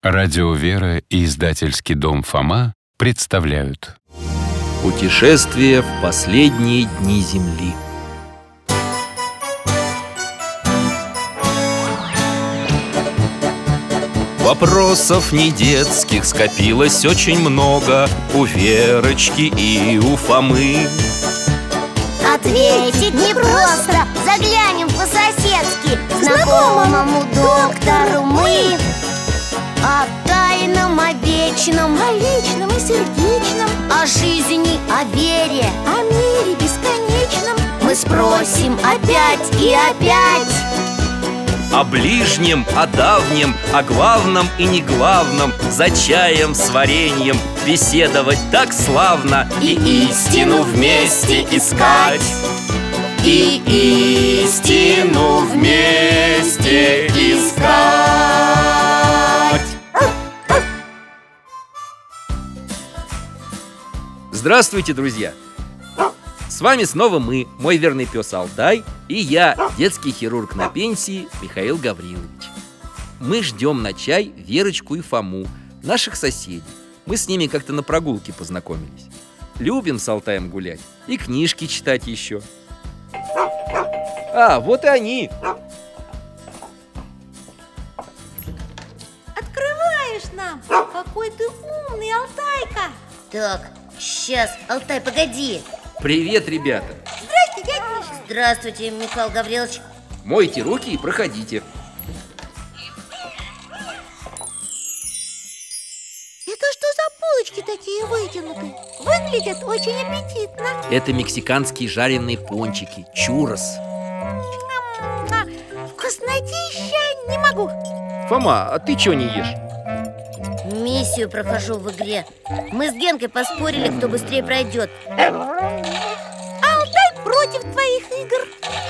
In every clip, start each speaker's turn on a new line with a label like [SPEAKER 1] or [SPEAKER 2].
[SPEAKER 1] Радио «Вера» и издательский дом «Фома» представляют
[SPEAKER 2] Путешествие в последние дни Земли. Вопросов не детских скопилось очень много у Верочки и у Фомы.
[SPEAKER 3] Ответить непросто, заглянем по-соседски знакомому доктору мы. О тайном, о вечном,
[SPEAKER 4] о личном и сердечном,
[SPEAKER 3] о жизни, о вере,
[SPEAKER 4] о мире бесконечном
[SPEAKER 3] мы спросим опять и опять.
[SPEAKER 2] О ближнем, о давнем, о главном и неглавном, за чаем с вареньем беседовать так славно.
[SPEAKER 3] И истину вместе искать.
[SPEAKER 2] И истину вместе искать. Здравствуйте, друзья! С вами снова мы, мой верный пес Алтай, и я, детский хирург на пенсии Михаил Гаврилович. Мы ждем на чай Верочку и Фому, наших соседей. Мы с ними как-то на прогулке познакомились. Любим с Алтаем гулять и книжки читать еще. А, вот и они!
[SPEAKER 4] Открываешь нам? Какой ты умный, Алтайка!
[SPEAKER 3] Так, сейчас, Алтай, погоди.
[SPEAKER 2] Привет, ребята!
[SPEAKER 4] Здрасте, дядя Миша.
[SPEAKER 3] Здравствуйте, Михаил Гаврилович.
[SPEAKER 2] Мойте руки и проходите.
[SPEAKER 4] Это что за булочки такие вытянутые? Выглядят очень аппетитно.
[SPEAKER 2] Это мексиканские жареные пончики, чуррос.
[SPEAKER 4] Вкуснотища, не могу.
[SPEAKER 2] Фома, а ты чего не ешь?
[SPEAKER 3] Миссию прохожу в игре. Мы с Генкой поспорили, кто быстрее пройдет.
[SPEAKER 4] Алтай против твоих игр.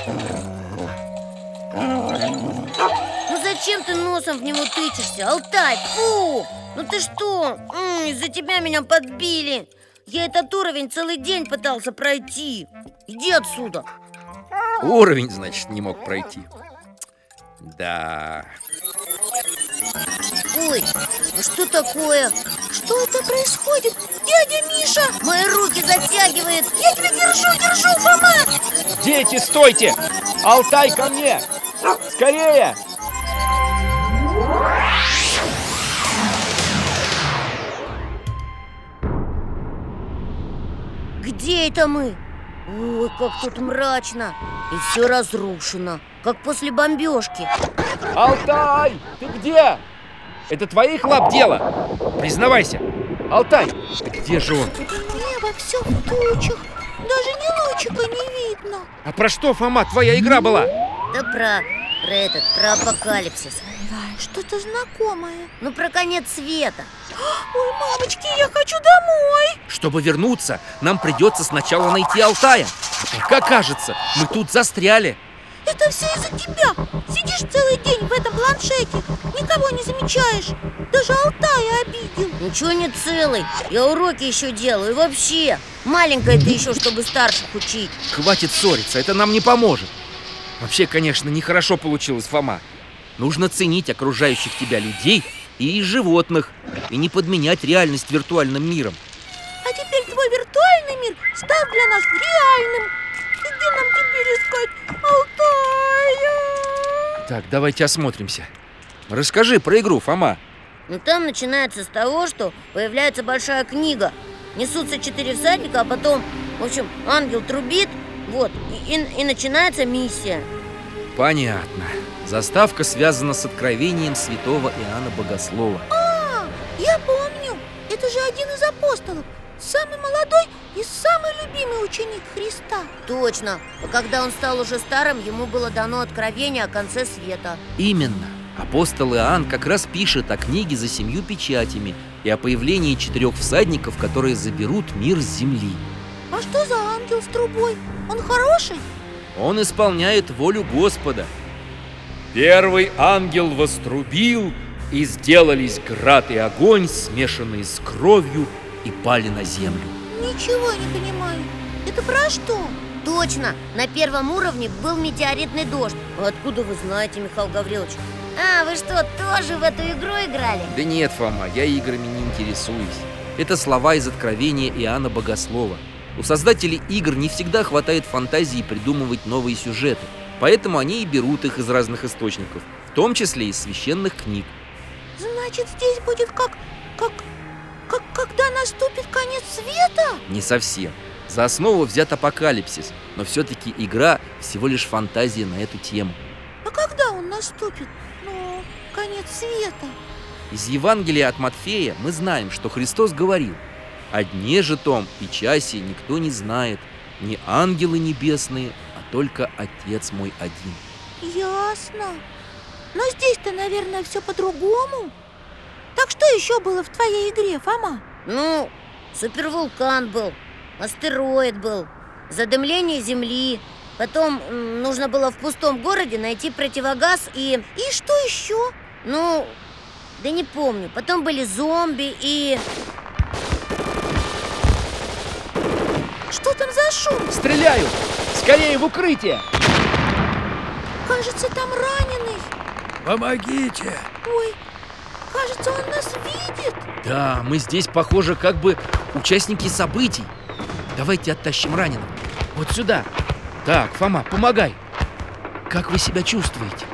[SPEAKER 3] Ну зачем ты носом в него тычешься, Алтай? Фу! Ну ты что? Из-за тебя меня подбили. Я этот уровень целый день пытался пройти. Иди отсюда.
[SPEAKER 2] Уровень, значит, не мог пройти. Да.
[SPEAKER 3] Ой, ну что такое?
[SPEAKER 4] Что это происходит? Дядя Миша!
[SPEAKER 3] Мои руки затягивает.
[SPEAKER 4] Я тебя держу, Фома!
[SPEAKER 2] Дети, стойте! Алтай, ко мне! Скорее!
[SPEAKER 3] Где это мы? Ой, как тут мрачно. И все разрушено, как после бомбежки.
[SPEAKER 2] Алтай, ты где? Это твоих лап дело? Признавайся. Алтай, где же он?
[SPEAKER 4] Небо все в тучах. Даже ни лучика не видно.
[SPEAKER 2] А про что, Фома, твоя игра была?
[SPEAKER 3] Да про апокалипсис.
[SPEAKER 4] Что-то знакомое.
[SPEAKER 3] Ну, про конец света.
[SPEAKER 4] Ой, мамочки, я хочу домой.
[SPEAKER 2] Чтобы вернуться, нам придется сначала найти Алтая. А пока кажется, мы тут застряли.
[SPEAKER 4] Это все из-за тебя. Сидишь целый день в этом планшете, никого не замечаешь. Даже Алтая обидел.
[SPEAKER 3] Ничего не целый. Я уроки еще делаю. И вообще, маленькая ты еще, чтобы старших учить.
[SPEAKER 2] Хватит ссориться, это нам не поможет. Вообще, конечно, нехорошо получилось, Фома. Нужно ценить окружающих тебя людей и животных, и не подменять реальность виртуальным миром.
[SPEAKER 4] А теперь твой виртуальный мир стал для нас реальным. И где нам теперь искать Алтая?
[SPEAKER 2] Так, давайте осмотримся. Расскажи про игру, Фома.
[SPEAKER 3] Ну, там начинается с того, что появляется большая книга. Несутся 4 всадника, а потом, в общем, ангел трубит. Вот, и начинается миссия.
[SPEAKER 2] Понятно. Заставка связана с откровением святого Иоанна Богослова.
[SPEAKER 4] Я помню. Это же один из апостолов. Самый молодой и самый любимый ученик Христа.
[SPEAKER 3] Точно. А когда он стал уже старым, ему было дано откровение о конце света.
[SPEAKER 2] Именно. Апостол Иоанн как раз пишет о книге за 7 печатями и о появлении 4 всадников, которые заберут мир с земли.
[SPEAKER 4] А что за ангел с трубой? Он хороший?
[SPEAKER 2] Он исполняет волю Господа. Первый ангел вострубил, и сделались град и огонь, смешанные с кровью, и пали на землю.
[SPEAKER 4] Ничего не понимаю. Это про что?
[SPEAKER 3] Точно, на первом уровне был метеоритный дождь. А откуда вы знаете, Михаил Гаврилович? А, вы что, тоже в эту игру играли?
[SPEAKER 2] Да нет, Фома, я играми не интересуюсь. Это слова из Откровения Иоанна Богослова. У создателей игр не всегда хватает фантазии придумывать новые сюжеты, поэтому они и берут их из разных источников, в том числе из священных книг.
[SPEAKER 4] Значит, здесь будет когда наступит конец света?
[SPEAKER 2] Не совсем. За основу взят апокалипсис, но все-таки игра всего лишь фантазия на эту тему.
[SPEAKER 4] А когда он наступит? Ну, конец света.
[SPEAKER 2] Из Евангелия от Матфея мы знаем, что Христос говорил: «О дне же том и часе никто не знает, ни ангелы небесные, а только Отец мой один».
[SPEAKER 4] Ясно. Но здесь-то, наверное, все по-другому. Так что еще было в твоей игре, Фома?
[SPEAKER 3] Ну, супервулкан был, астероид был, задымление Земли. Потом нужно было в пустом городе найти противогаз и...
[SPEAKER 4] И что еще?
[SPEAKER 3] Ну, да не помню. Потом были зомби и...
[SPEAKER 4] Что там за шум?
[SPEAKER 2] Стреляю! Скорее в укрытие!
[SPEAKER 4] Кажется, там раненый.
[SPEAKER 5] Помогите!
[SPEAKER 4] Ой, кажется, он нас видит.
[SPEAKER 2] Да, мы здесь, похоже, как бы участники событий. Давайте оттащим раненого. Вот сюда. Так, Фома, помогай. Как вы себя чувствуете?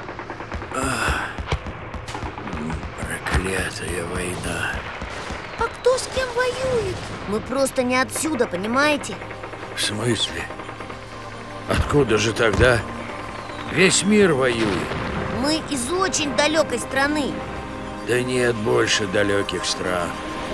[SPEAKER 5] Проклятая война.
[SPEAKER 4] А кто с кем воюет?
[SPEAKER 3] Мы просто не отсюда, понимаете?
[SPEAKER 5] В смысле? Откуда же тогда весь мир воюет?
[SPEAKER 3] Мы из очень далекой страны.
[SPEAKER 5] Да нет больше далеких стран.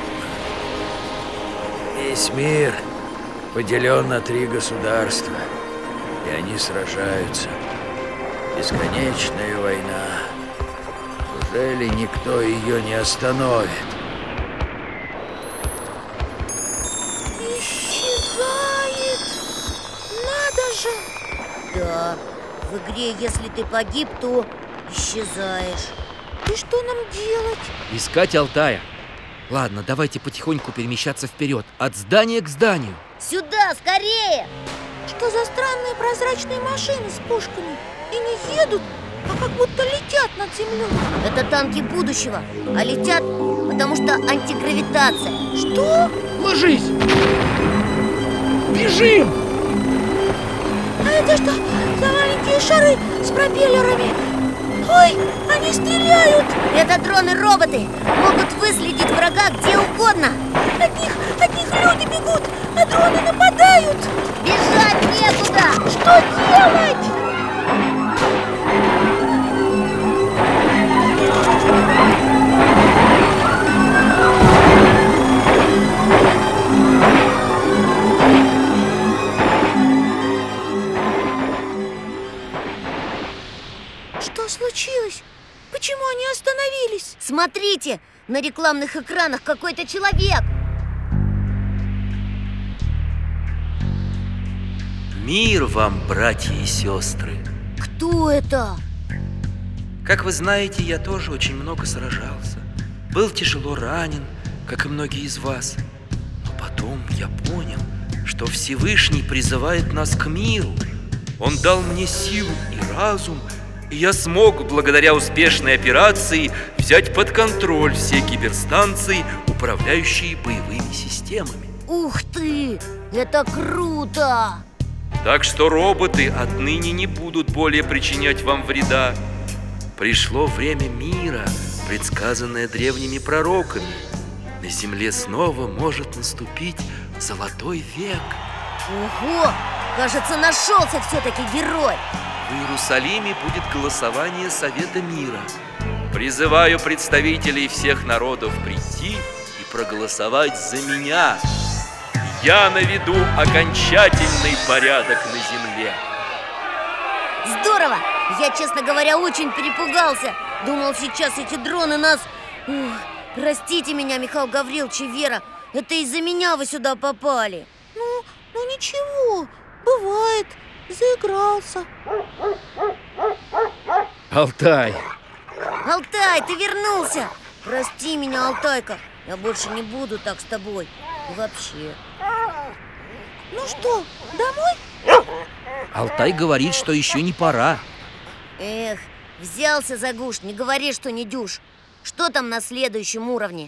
[SPEAKER 5] Весь мир поделен на 3 государства, и они сражаются. Бесконечная война. Неужели никто ее не остановит?
[SPEAKER 4] Исчезает. Надо же.
[SPEAKER 3] Да, в игре, если ты погиб, то исчезаешь.
[SPEAKER 4] И что нам делать?
[SPEAKER 2] Искать Алтая. Ладно, давайте потихоньку перемещаться вперед, от здания к зданию.
[SPEAKER 3] Сюда, скорее!
[SPEAKER 4] Что за странные прозрачные машины с пушками? И не едут, а как будто летят над землей.
[SPEAKER 3] Это танки будущего, а летят, потому что антигравитация.
[SPEAKER 4] Что?
[SPEAKER 2] Ложись! Бежим!
[SPEAKER 4] А это что за маленькие шары с пропеллерами? Ой, они стреляют!
[SPEAKER 3] Это дроны-роботы, могут выследить врага где угодно.
[SPEAKER 4] От них люди бегут, а дроны нападают.
[SPEAKER 3] Бежать некуда!
[SPEAKER 4] Что делать? Что случилось? Почему они остановились?
[SPEAKER 3] Смотрите, на рекламных экранах какой-то человек.
[SPEAKER 2] Мир вам, братья и сестры.
[SPEAKER 3] Кто это?
[SPEAKER 2] Как вы знаете, я тоже очень много сражался. Был тяжело ранен, как и многие из вас. Но потом я понял, что Всевышний призывает нас к миру. Он дал мне силу и разум, и я смог, благодаря успешной операции, взять под контроль все киберстанции, управляющие боевыми системами.
[SPEAKER 3] Ух ты! Это круто!
[SPEAKER 2] Так что роботы отныне не будут более причинять вам вреда. Пришло время мира, предсказанное древними пророками. На земле снова может наступить золотой век.
[SPEAKER 3] Ого! Кажется, нашелся все-таки герой.
[SPEAKER 2] В Иерусалиме будет голосование Совета мира. Призываю представителей всех народов прийти и проголосовать за меня. Я наведу окончательный порядок на земле.
[SPEAKER 3] Здорово! Я, честно говоря, очень перепугался. Думал, сейчас эти дроны нас... Ух, простите меня, Михаил Гаврилович и Вера. Это из-за меня вы сюда попали.
[SPEAKER 4] Ну ничего, бывает. Заигрался.
[SPEAKER 2] Алтай!
[SPEAKER 3] Алтай, ты вернулся! Прости меня, Алтайка. Я больше не буду так с тобой. И вообще.
[SPEAKER 4] Ну что, домой?
[SPEAKER 2] Алтай говорит, что еще не пора.
[SPEAKER 3] Эх, Взялся за гуш, не говори, что не дюж. Что там на следующем уровне?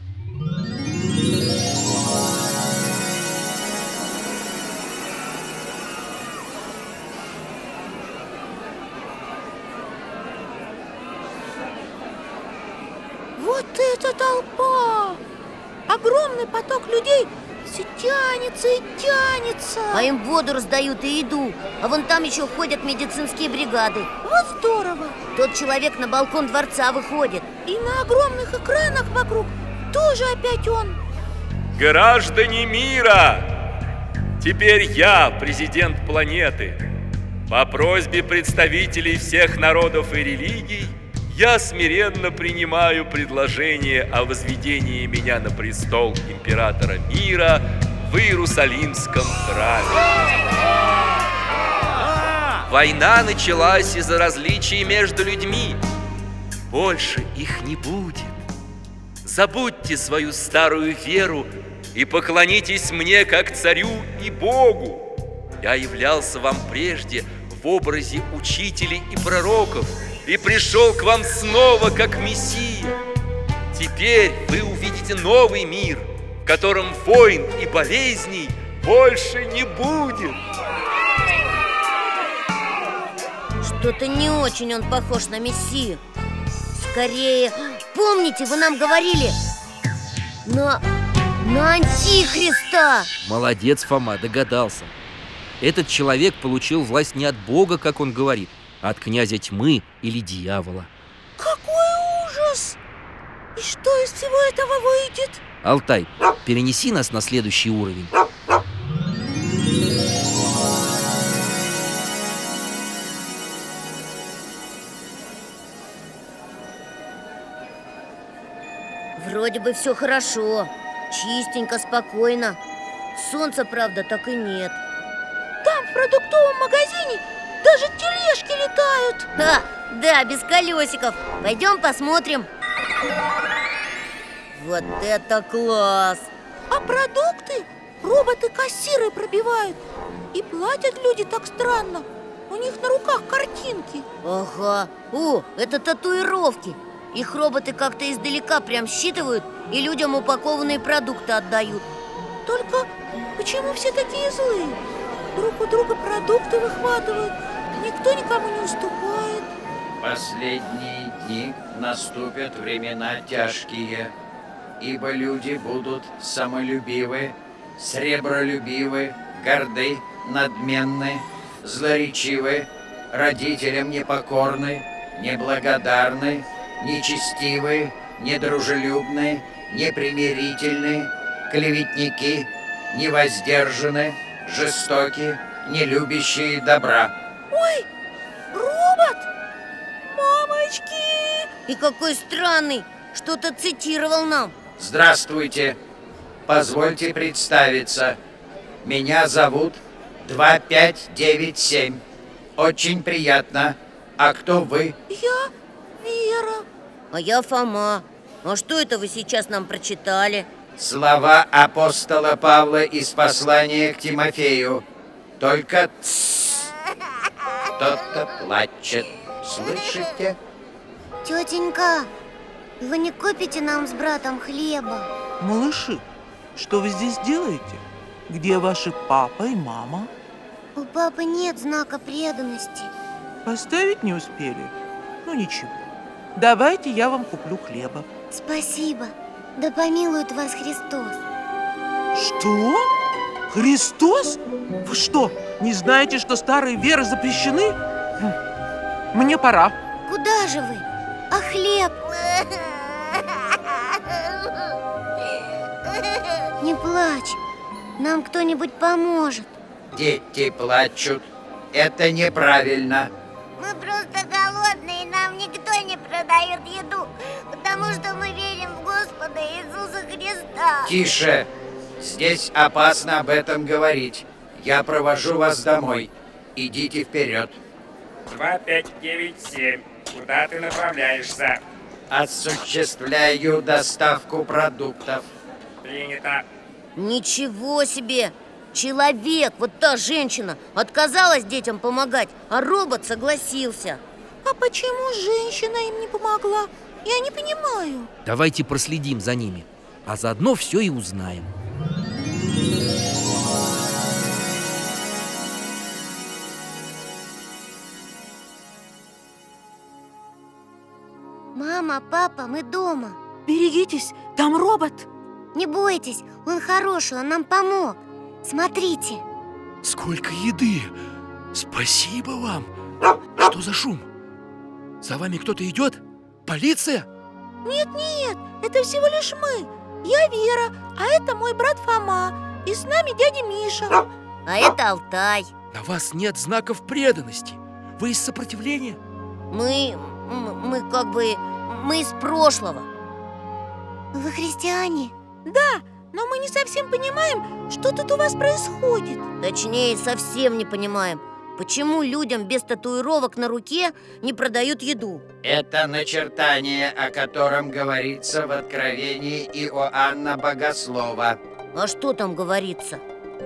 [SPEAKER 4] Вот это толпа! Огромный поток людей все тянется и тянется.
[SPEAKER 3] А им воду раздают и еду. А вон там еще ходят медицинские бригады.
[SPEAKER 4] Вот здорово!
[SPEAKER 3] Тот человек на балкон дворца выходит.
[SPEAKER 4] И на огромных экранах вокруг тоже опять он.
[SPEAKER 6] Граждане мира! Теперь я президент планеты. По просьбе представителей всех народов и религий я смиренно принимаю предложение о возведении меня на престол императора мира в Иерусалимском храме.
[SPEAKER 2] Война началась из-за различий между людьми. Больше их не будет. Забудьте свою старую веру и поклонитесь мне как царю и Богу. Я являлся вам прежде в образе учителей и пророков и пришел к вам снова как Мессия. Теперь вы увидите новый мир, в котором войн и болезней больше не будет.
[SPEAKER 3] Что-то не очень он похож на Мессию. Скорее, помните, вы нам говорили на Антихриста.
[SPEAKER 2] Молодец, Фома, догадался. Этот человек получил власть не от Бога, как он говорит, а от князя тьмы или дьявола.
[SPEAKER 4] Какой ужас! И что из всего этого выйдет?
[SPEAKER 2] Алтай, перенеси нас на следующий уровень.
[SPEAKER 3] Вроде бы все хорошо. Чистенько, спокойно. Солнца, правда, так и нет.
[SPEAKER 4] Там в продуктовом магазине даже тележки летают.
[SPEAKER 3] Да, без колесиков. Пойдем посмотрим. Вот это класс!
[SPEAKER 4] А продукты роботы-кассиры пробивают. И платят люди так странно. У них на руках картинки.
[SPEAKER 3] Ага. О, это татуировки. Их роботы как-то издалека прям считывают и людям упакованные продукты отдают.
[SPEAKER 4] Только почему все такие злые? Друг у друга продукты выхватывают. Никто никому не уступает.
[SPEAKER 7] Последние дни наступят времена тяжкие, ибо люди будут самолюбивы, сребролюбивы, горды, надменны, злоречивы, родителям непокорны, неблагодарны, нечестивы, недружелюбны, непримирительны, клеветники, невоздержаны, жестоки, нелюбящие добра.
[SPEAKER 4] Ой, робот! Мамочки!
[SPEAKER 3] И какой странный, что-то цитировал нам.
[SPEAKER 7] Здравствуйте. Позвольте представиться. Меня зовут 2597. Очень приятно. А кто вы?
[SPEAKER 4] Я Вера.
[SPEAKER 3] А я Фома. А что это вы сейчас нам прочитали?
[SPEAKER 7] Слова апостола Павла из послания к Тимофею. Только тссс. Кто-то плачет. Слышите?
[SPEAKER 3] Тетенька, вы не купите нам с братом хлеба?
[SPEAKER 8] Малыши, что вы здесь делаете? Где ваши папа и мама?
[SPEAKER 3] У папы нет знака преданности.
[SPEAKER 8] Поставить не успели? Ну ничего. Давайте я вам куплю хлеба.
[SPEAKER 3] Спасибо. Да помилует вас Христос.
[SPEAKER 8] Что? Христос? Вы что, не знаете, что старые веры запрещены? Мне пора.
[SPEAKER 3] Куда же вы? А хлеб? Не плачь. Нам кто-нибудь поможет.
[SPEAKER 7] Дети плачут. Это неправильно.
[SPEAKER 3] Мы просто голодные, нам никто не продает еду, потому что мы верим в Господа Иисуса Христа.
[SPEAKER 7] Тише! Здесь опасно об этом говорить. Я провожу вас домой. Идите вперед.
[SPEAKER 9] 2597. Куда ты направляешься?
[SPEAKER 7] Осуществляю доставку продуктов.
[SPEAKER 9] Принято.
[SPEAKER 3] Ничего себе! Человек, вот та женщина, отказалась детям помогать, а робот согласился.
[SPEAKER 4] А почему женщина им не помогла? Я не понимаю.
[SPEAKER 2] Давайте проследим за ними, а заодно все и узнаем.
[SPEAKER 3] Мама, папа, мы дома.
[SPEAKER 4] Берегитесь, там робот.
[SPEAKER 3] Не бойтесь, он хороший, он нам помог. Смотрите.
[SPEAKER 5] Сколько еды! Спасибо вам! Что за шум? За вами кто-то идет? Полиция?
[SPEAKER 4] Нет, это всего лишь мы. Я Вера, а это мой брат Фома. И с нами дядя Миша.
[SPEAKER 3] А это Алтай.
[SPEAKER 5] На вас нет знаков преданности. Вы из сопротивления?
[SPEAKER 3] Мы из прошлого. Вы христиане?
[SPEAKER 4] Да, но мы не совсем понимаем, что тут у вас происходит.
[SPEAKER 3] Точнее, совсем не понимаем, почему людям без татуировок на руке не продают еду.
[SPEAKER 7] Это начертание, о котором говорится в Откровении Иоанна Богослова.
[SPEAKER 3] А что там говорится?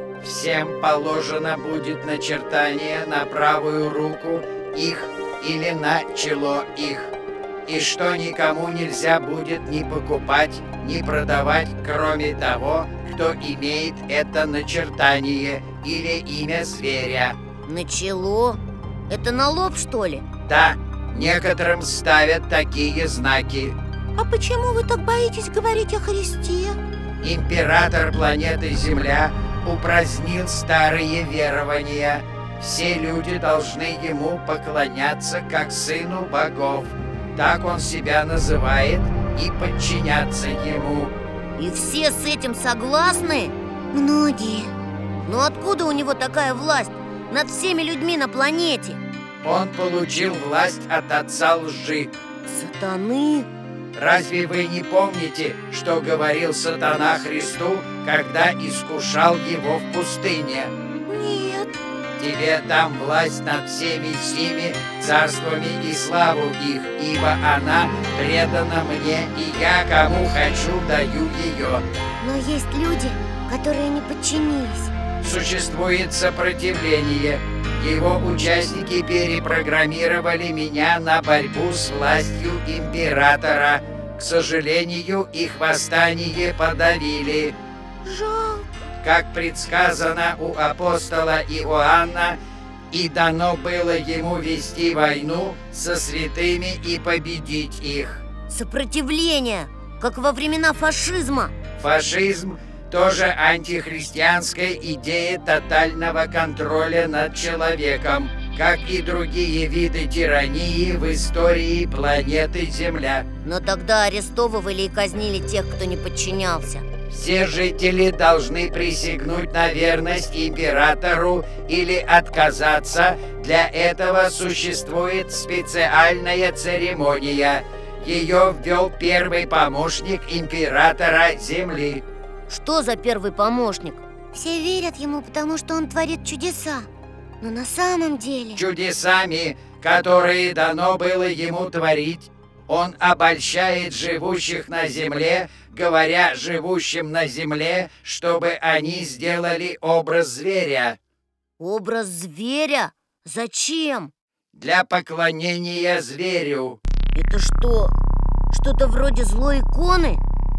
[SPEAKER 7] Всем положено будет начертание на правую руку их или на чело их, и что никому нельзя будет ни покупать, ни продавать, кроме того, кто имеет это начертание или имя зверя.
[SPEAKER 3] На чело? Это на лоб, что ли?
[SPEAKER 7] Да, некоторым ставят такие знаки.
[SPEAKER 4] А почему вы так боитесь говорить о Христе?
[SPEAKER 7] Император планеты Земля упразднил старые верования. Все люди должны ему поклоняться как сыну богов. Так он себя называет, и подчиняться ему.
[SPEAKER 3] И все с этим согласны?
[SPEAKER 4] Многие.
[SPEAKER 3] Но откуда у него такая власть над всеми людьми на планете?
[SPEAKER 7] Он получил власть от отца лжи.
[SPEAKER 3] Сатаны?
[SPEAKER 7] Разве вы не помните, что говорил сатана Христу, когда искушал его в пустыне?
[SPEAKER 4] Нет.
[SPEAKER 7] Тебе дам власть над всеми сими царствами и славу их, ибо она предана мне, и я кому хочу даю ее.
[SPEAKER 3] Но есть люди, которые не подчинились.
[SPEAKER 7] Существует сопротивление. Его участники перепрограммировали меня на борьбу с властью императора. К сожалению, их восстание подавили.
[SPEAKER 4] Жалко.
[SPEAKER 7] Как предсказано у апостола Иоанна, и дано было ему вести войну со святыми и победить их.
[SPEAKER 3] Сопротивление, как во времена фашизма.
[SPEAKER 7] Фашизм – тоже антихристианская идея тотального контроля над человеком, как и другие виды тирании в истории планеты Земля.
[SPEAKER 3] Но тогда арестовывали и казнили тех, кто не подчинялся.
[SPEAKER 7] Все жители должны присягнуть на верность императору или отказаться. Для этого существует специальная церемония. Ее ввел первый помощник императора Земли.
[SPEAKER 3] Что за первый помощник?
[SPEAKER 4] Все верят ему, потому что он творит чудеса. Но на самом деле...
[SPEAKER 7] Чудесами, которые дано было ему творить, он обольщает живущих на земле, говоря живущим на земле, чтобы они сделали образ зверя.
[SPEAKER 3] Образ зверя? Зачем?
[SPEAKER 7] Для поклонения зверю.
[SPEAKER 3] Это что? Что-то вроде злой иконы?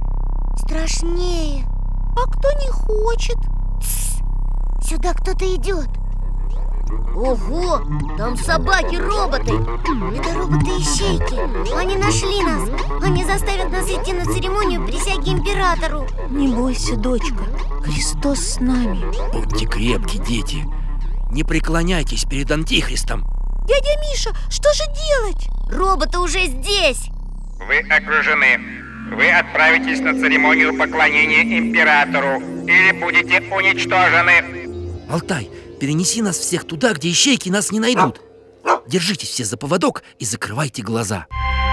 [SPEAKER 4] Страшнее. А кто не хочет?
[SPEAKER 3] Тссс.
[SPEAKER 4] Сюда кто-то идет.
[SPEAKER 3] Ого, там собаки-роботы.
[SPEAKER 4] Это роботы-ищейки. Они нашли нас. Они заставят нас идти на церемонию присяги императору.
[SPEAKER 8] Не бойся, дочка, Христос с нами.
[SPEAKER 5] Будьте крепки, дети. Не преклоняйтесь перед Антихристом.
[SPEAKER 4] Дядя Миша, что же делать?
[SPEAKER 3] Роботы уже здесь.
[SPEAKER 9] Вы окружены. Вы отправитесь на церемонию поклонения императору или будете уничтожены.
[SPEAKER 2] Алтай, перенеси нас всех туда, где ищейки нас не найдут. Держитесь все за поводок и закрывайте глаза.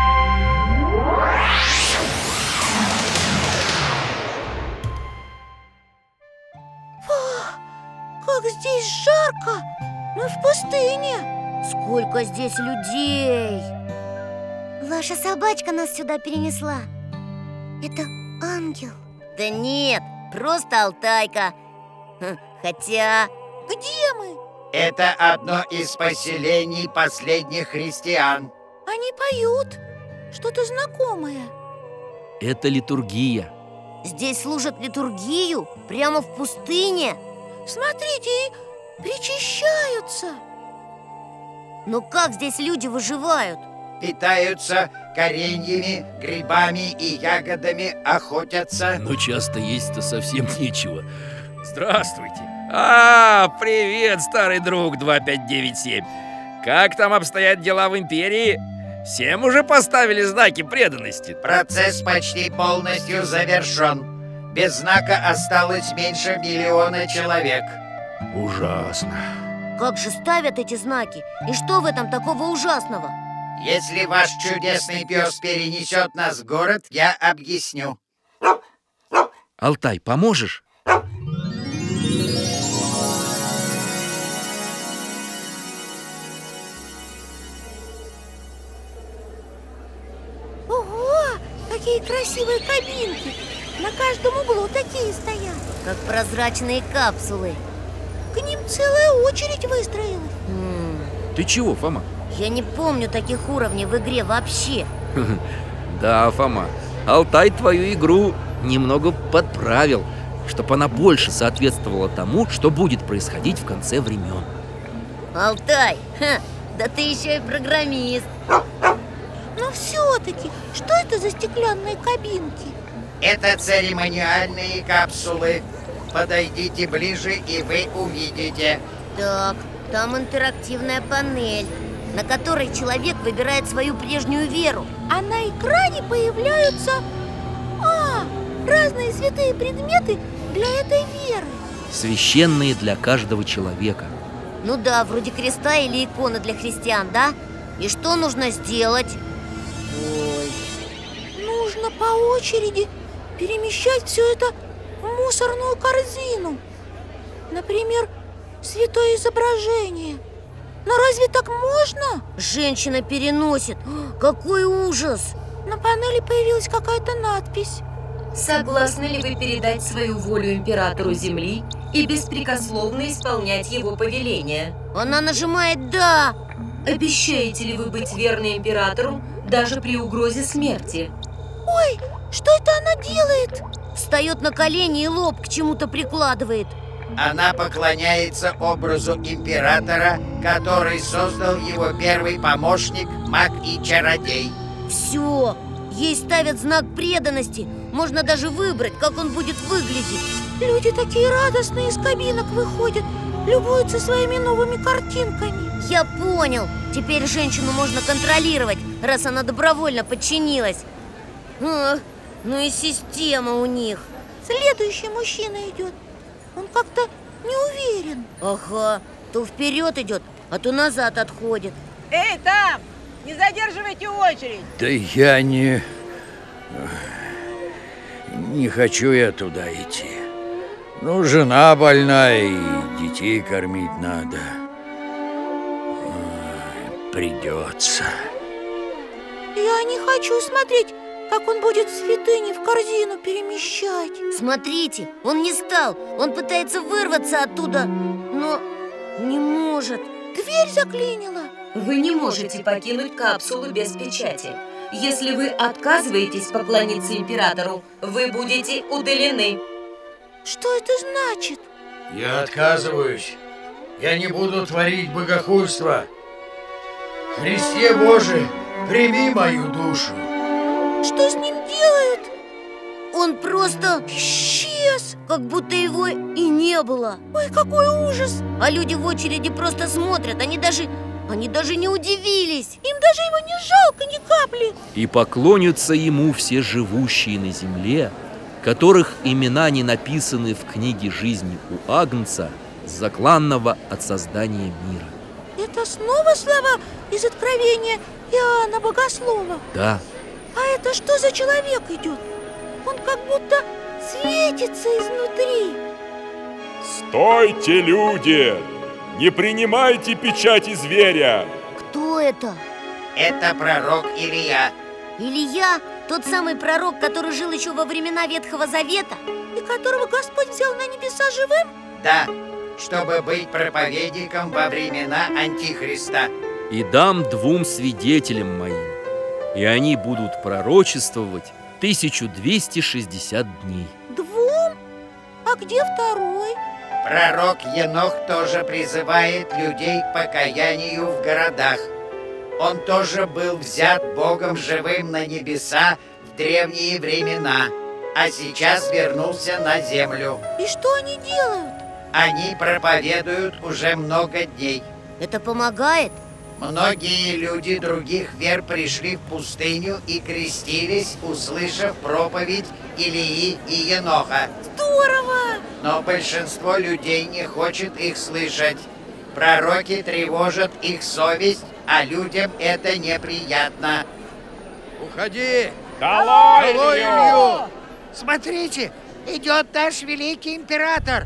[SPEAKER 4] Как здесь жарко! Мы в пустыне.
[SPEAKER 3] Сколько здесь людей!
[SPEAKER 4] Ваша собачка нас сюда перенесла. Это ангел.
[SPEAKER 3] Да нет, просто Алтайка. Хотя...
[SPEAKER 4] Где мы?
[SPEAKER 7] Это одно из поселений последних христиан.
[SPEAKER 4] Они поют. Что-то знакомое.
[SPEAKER 2] Это литургия.
[SPEAKER 3] Здесь служат литургию? Прямо в пустыне?
[SPEAKER 4] Смотрите, и причащаются.
[SPEAKER 3] Но как здесь люди выживают?
[SPEAKER 7] Питаются кореньями, грибами и ягодами, охотятся.
[SPEAKER 5] Но часто есть-то совсем нечего.
[SPEAKER 2] Здравствуйте. Привет, старый друг 2597. Как там обстоят дела в империи? Всем уже поставили знаки преданности?
[SPEAKER 7] Процесс почти полностью завершен. Без знака осталось меньше 1 миллиона человек.
[SPEAKER 5] Ужасно.
[SPEAKER 3] Как же ставят эти знаки? И что в этом такого ужасного?
[SPEAKER 7] Если ваш чудесный пес перенесет нас в город, я объясню.
[SPEAKER 2] Алтай, поможешь?
[SPEAKER 4] Ого, какие красивые кабинки. На каждом углу такие стоят.
[SPEAKER 3] Как прозрачные капсулы.
[SPEAKER 4] К ним целая очередь выстроилась.
[SPEAKER 2] Ты чего, Фома?
[SPEAKER 3] Я не помню таких уровней в игре вообще.
[SPEAKER 2] Да, Фома, Алтай твою игру немного подправил, чтобы она больше соответствовала тому, что будет происходить в конце времен.
[SPEAKER 3] Алтай, да ты еще и программист.
[SPEAKER 4] Но все-таки, что это за стеклянные кабинки?
[SPEAKER 7] Это церемониальные капсулы. Подойдите ближе, и вы увидите.
[SPEAKER 3] Так, там интерактивная панель, на которой человек выбирает свою прежнюю веру.
[SPEAKER 4] А на экране появляются разные святые предметы для этой веры.
[SPEAKER 2] Священные для каждого человека.
[SPEAKER 3] Ну да, вроде креста или иконы для христиан, да? И что нужно сделать? Ой,
[SPEAKER 4] Нужно по очереди перемещать все это в мусорную корзину. Например, святое изображение. Но разве так можно?
[SPEAKER 3] женщина переносит. Какой ужас!
[SPEAKER 4] На панели появилась какая-то надпись.
[SPEAKER 10] Согласны ли вы передать свою волю императору Земли и беспрекословно исполнять его повеления?
[SPEAKER 3] Она нажимает «да».
[SPEAKER 10] Обещаете ли вы быть верны императору даже при угрозе смерти?
[SPEAKER 4] Ой, что это она делает?
[SPEAKER 3] Встает на колени и лоб к чему-то прикладывает.
[SPEAKER 7] Она поклоняется образу императора, который создал его первый помощник, маг и чародей.
[SPEAKER 3] Все, ей ставят знак преданности. Можно даже выбрать, как он будет выглядеть.
[SPEAKER 4] Люди такие радостные из кабинок выходят, любуются своими новыми картинками.
[SPEAKER 3] Я понял. Теперь женщину можно контролировать, раз она добровольно подчинилась. Ну и система у них.
[SPEAKER 4] Следующий мужчина идет. Он как-то не уверен.
[SPEAKER 3] Ага, то вперед идет, а то назад отходит.
[SPEAKER 11] Эй, там! Не задерживайте очередь!
[SPEAKER 5] Да я не хочу я туда идти. Ну, жена больная и детей кормить надо. Придется.
[SPEAKER 4] Я не хочу смотреть, как он будет святыни в корзину перемещать.
[SPEAKER 3] Смотрите, он не стал. Он пытается вырваться оттуда, но не может.
[SPEAKER 4] Дверь заклинила.
[SPEAKER 10] Вы не можете покинуть капсулу без печати. Если вы отказываетесь поклониться императору, вы будете удалены.
[SPEAKER 4] Что это значит?
[SPEAKER 5] Я отказываюсь. Я не буду творить богохульство. Христе Божий, прими мою душу.
[SPEAKER 4] Что с ним делают?
[SPEAKER 3] Он просто
[SPEAKER 4] исчез,
[SPEAKER 3] как будто его и не было.
[SPEAKER 4] Ой, какой ужас!
[SPEAKER 3] А люди в очереди просто смотрят. Они даже не удивились.
[SPEAKER 4] Им даже его не жалко ни капли.
[SPEAKER 2] И поклонятся ему все живущие на земле, которых имена не написаны в книге жизни у Агнца, закланного от создания мира.
[SPEAKER 4] Это снова слова из Откровения Иоанна Богослова?
[SPEAKER 2] Да.
[SPEAKER 4] А это что за человек идет? Он как будто светится изнутри.
[SPEAKER 6] Стойте, люди! Не принимайте печати зверя!
[SPEAKER 3] Кто это?
[SPEAKER 7] Это пророк Илия.
[SPEAKER 3] Илья? Тот самый пророк, который жил еще во времена Ветхого Завета?
[SPEAKER 4] И которого Господь взял на небеса живым?
[SPEAKER 7] Да, чтобы быть проповедником во времена Антихриста.
[SPEAKER 2] и дам 2 свидетелям моим, и они будут пророчествовать 1260 дней.
[SPEAKER 4] 2? А где второй?
[SPEAKER 7] Пророк Енох тоже призывает людей к покаянию в городах. Он тоже был взят Богом живым на небеса в древние времена, а сейчас вернулся на землю.
[SPEAKER 4] И что они делают?
[SPEAKER 7] Они проповедуют уже много дней.
[SPEAKER 3] Это помогает?
[SPEAKER 7] Многие люди других вер пришли в пустыню и крестились, услышав проповедь Илии и Еноха.
[SPEAKER 4] Здорово!
[SPEAKER 7] Но большинство людей не хочет их слышать. Пророки тревожат их совесть, а людям это неприятно.
[SPEAKER 5] Уходи!
[SPEAKER 6] Долой
[SPEAKER 5] Долой
[SPEAKER 6] Илью!
[SPEAKER 5] Илью!
[SPEAKER 7] Смотрите, идет наш великий император.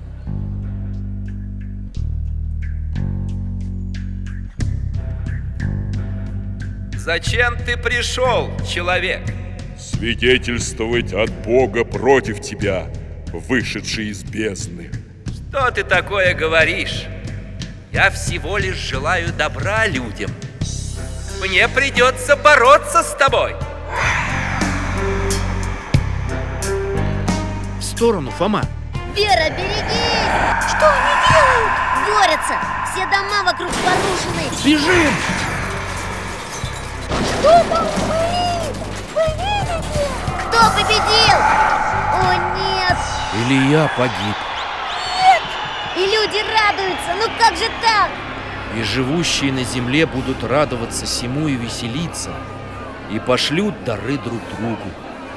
[SPEAKER 2] Зачем ты пришел, человек?
[SPEAKER 6] Свидетельствовать от Бога против тебя, вышедший из бездны.
[SPEAKER 2] Что ты такое говоришь? Я всего лишь желаю добра людям. Мне придется бороться с тобой.
[SPEAKER 5] В сторону, Фома!
[SPEAKER 3] Вера, берегись!
[SPEAKER 4] Что они делают?
[SPEAKER 3] Борются! Все дома вокруг порушены!
[SPEAKER 5] Бежим!
[SPEAKER 4] Что там творит? Вы видите?
[SPEAKER 3] Кто победил? О, нет!
[SPEAKER 2] Илья погиб.
[SPEAKER 3] И люди радуются! Ну как же так?
[SPEAKER 2] И живущие на земле будут радоваться сему и веселиться, и пошлют дары друг другу.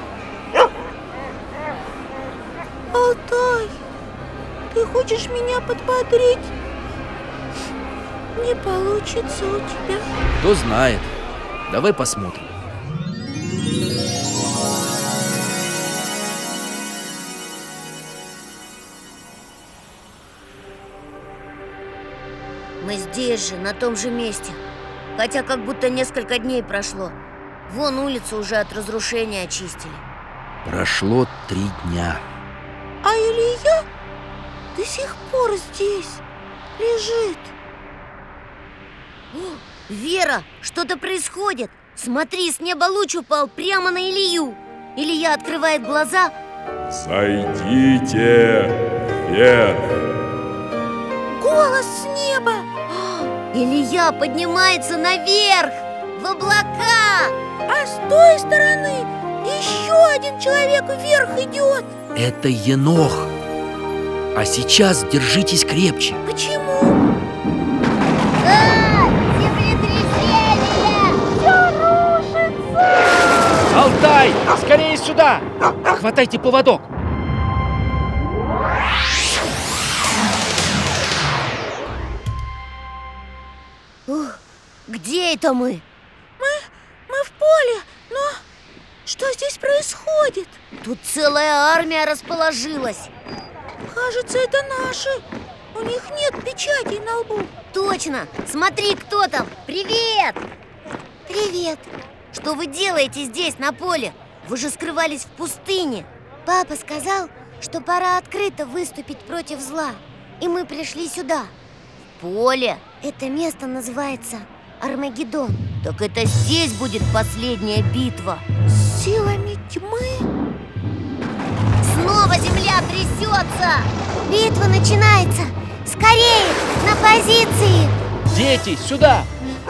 [SPEAKER 4] Алтай, ты хочешь меня подбодрить? Не получится у тебя.
[SPEAKER 2] Кто знает. Давай посмотрим.
[SPEAKER 3] Мы здесь же, на том же месте. Хотя как будто несколько дней прошло. Вон улицу уже от разрушения очистили.
[SPEAKER 2] Прошло 3 дня.
[SPEAKER 4] А Илья до сих пор здесь лежит.
[SPEAKER 3] О, Вера, что-то происходит. Смотри, с неба луч упал прямо на Илью. Илья открывает глаза.
[SPEAKER 6] Сойдите вверх.
[SPEAKER 4] Голос с неба.
[SPEAKER 3] Илья поднимается наверх, в облака.
[SPEAKER 4] А с той стороны еще один человек вверх идет.
[SPEAKER 2] Это Енох. А сейчас держитесь крепче.
[SPEAKER 4] Почему?
[SPEAKER 3] Землетрясение!
[SPEAKER 4] Все рушится!
[SPEAKER 5] Алтай, скорее сюда! Хватайте поводок!
[SPEAKER 3] Ух, где это мы?
[SPEAKER 4] Мы в поле, но что здесь происходит?
[SPEAKER 3] Тут целая армия расположилась.
[SPEAKER 4] Кажется, это наши. У них нет печатей на лбу.
[SPEAKER 3] Точно! Смотри, кто там! Привет!
[SPEAKER 4] Привет.
[SPEAKER 3] Что вы делаете здесь, на поле? Вы же скрывались в пустыне.
[SPEAKER 4] Папа сказал, что пора открыто выступить против зла. И мы пришли сюда.
[SPEAKER 3] Поле?
[SPEAKER 4] Это место называется Армагеддон.
[SPEAKER 3] Так это здесь будет последняя битва.
[SPEAKER 4] С силами тьмы?
[SPEAKER 3] Снова земля трясется!
[SPEAKER 4] Битва начинается! Скорее, на позиции!
[SPEAKER 5] Дети, сюда!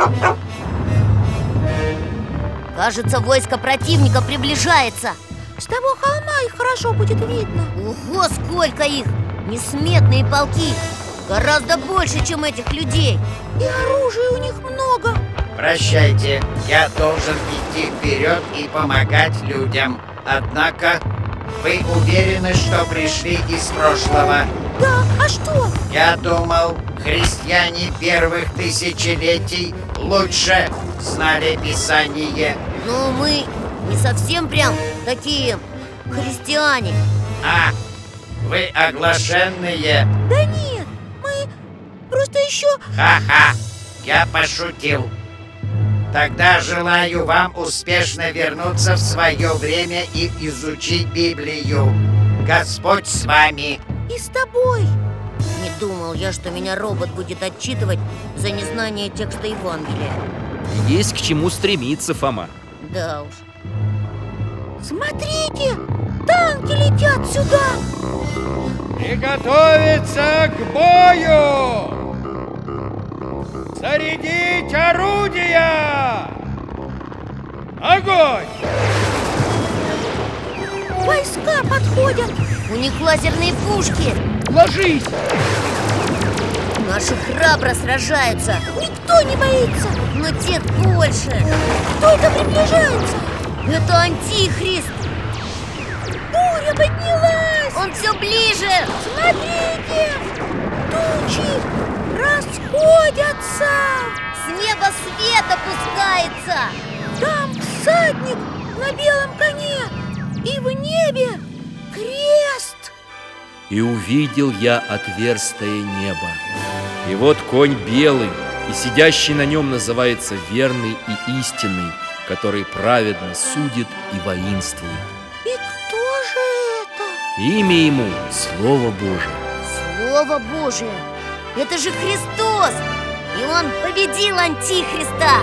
[SPEAKER 3] Кажется, войско противника приближается.
[SPEAKER 4] С того холма их хорошо будет видно.
[SPEAKER 3] Ого, сколько их! Несметные полки! Гораздо больше, чем этих людей.
[SPEAKER 4] И оружия у них много.
[SPEAKER 7] Прощайте, я должен идти вперед и помогать людям. Однако, вы уверены, что пришли из прошлого?
[SPEAKER 4] Да, а что?
[SPEAKER 7] Я думал, христиане первых тысячелетий лучше знали Писание.
[SPEAKER 3] Но мы не совсем прям такие христиане.
[SPEAKER 7] А, вы оглашенные?
[SPEAKER 4] Да нет, мы просто еще...
[SPEAKER 7] Ха-ха, я пошутил. Тогда желаю вам успешно вернуться в свое время и изучить Библию. Господь с вами.
[SPEAKER 4] И с тобой.
[SPEAKER 3] Не думал я, что меня робот будет отчитывать за незнание текста Евангелия.
[SPEAKER 2] Есть к чему стремиться, Фома.
[SPEAKER 3] Да уж.
[SPEAKER 4] Смотрите, танки летят сюда.
[SPEAKER 7] Приготовиться к бою! Зарядить орудия! Огонь!
[SPEAKER 4] Войска подходят.
[SPEAKER 3] У них лазерные пушки.
[SPEAKER 7] Ложись!
[SPEAKER 3] Наши храбро сражаются.
[SPEAKER 4] Никто не боится.
[SPEAKER 3] Но тех больше.
[SPEAKER 4] Кто это приближается?
[SPEAKER 3] Это Антихрист.
[SPEAKER 4] Буря поднялась.
[SPEAKER 3] Он все ближе.
[SPEAKER 4] Смотрите, тучи расходятся.
[SPEAKER 3] С неба свет опускается.
[SPEAKER 4] Там всадник на белом коне. И в небе крест.
[SPEAKER 2] И увидел я отверстое небо. И вот конь белый, и сидящий на нем называется верный и истинный, который праведно судит и воинствует.
[SPEAKER 4] И кто же это?
[SPEAKER 2] Имя ему — Слово Божие.
[SPEAKER 3] Слово Божие. Это же Христос. И он победил Антихриста.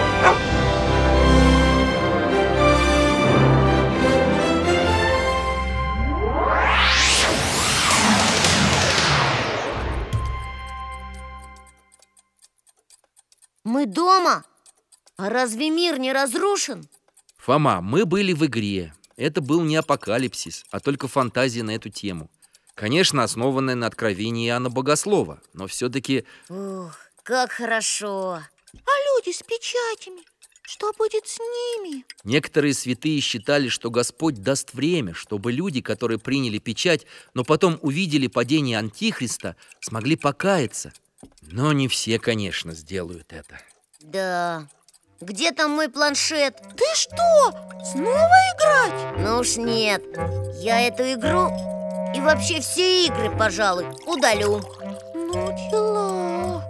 [SPEAKER 3] Мы дома? А разве мир не разрушен?
[SPEAKER 2] Фома, мы были в игре. Это был не апокалипсис, а только фантазия на эту тему. Конечно, основанная на откровении Иоанна Богослова, но все-таки...
[SPEAKER 3] Ух, как хорошо.
[SPEAKER 4] А люди с печатями? Что будет с ними?
[SPEAKER 2] Некоторые святые считали, что Господь даст время, чтобы люди, которые приняли печать, но потом увидели падение Антихриста, смогли покаяться. Но не все, конечно, сделают это.
[SPEAKER 3] Да. Где там мой планшет?
[SPEAKER 4] Ты что, снова играть?
[SPEAKER 3] Ну уж нет. Я эту игру и вообще все игры, пожалуй, удалю.
[SPEAKER 4] Ну дела.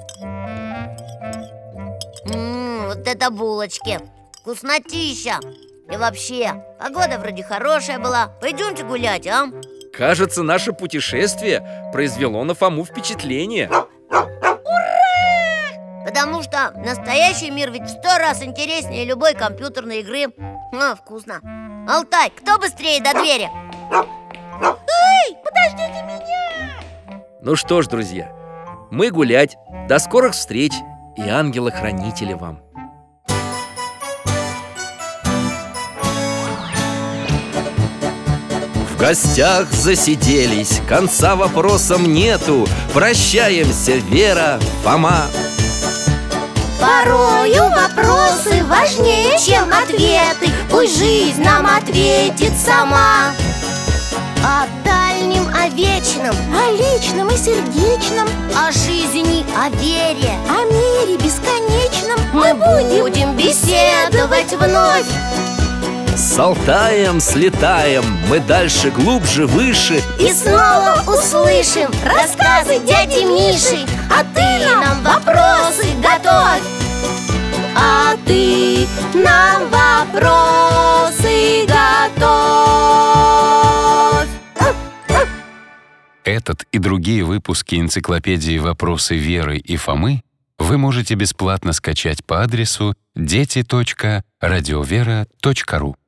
[SPEAKER 3] Вот это булочки. Вкуснотища. И вообще, погода вроде хорошая была. Пойдемте гулять, а?
[SPEAKER 2] Кажется, наше путешествие произвело на Фому впечатление.
[SPEAKER 3] Потому что настоящий мир ведь в 100 раз интереснее любой компьютерной игры. Вкусно. Алтай, кто быстрее до двери?
[SPEAKER 4] Эй, подождите меня!
[SPEAKER 2] Ну что ж, друзья, мы гулять. До скорых встреч и ангела-хранителя вам. В гостях засиделись, конца вопросам нету. Прощаемся, Вера, Фома.
[SPEAKER 3] Порою вопросы важнее, чем ответы. Пусть жизнь нам ответит сама. О дальнем, о вечном,
[SPEAKER 4] о личном и сердечном,
[SPEAKER 3] о жизни, о вере,
[SPEAKER 4] о мире бесконечном
[SPEAKER 3] мы будем беседовать вновь.
[SPEAKER 2] С Алтаем слетаем, мы дальше, глубже, выше.
[SPEAKER 3] И снова услышим рассказы дяди Миши. А ты нам вопросы готовь. А ты нам вопросы готовь.
[SPEAKER 1] Этот и другие выпуски энциклопедии «Вопросы Веры и Фомы» вы можете бесплатно скачать по адресу дети.радиовера.ру.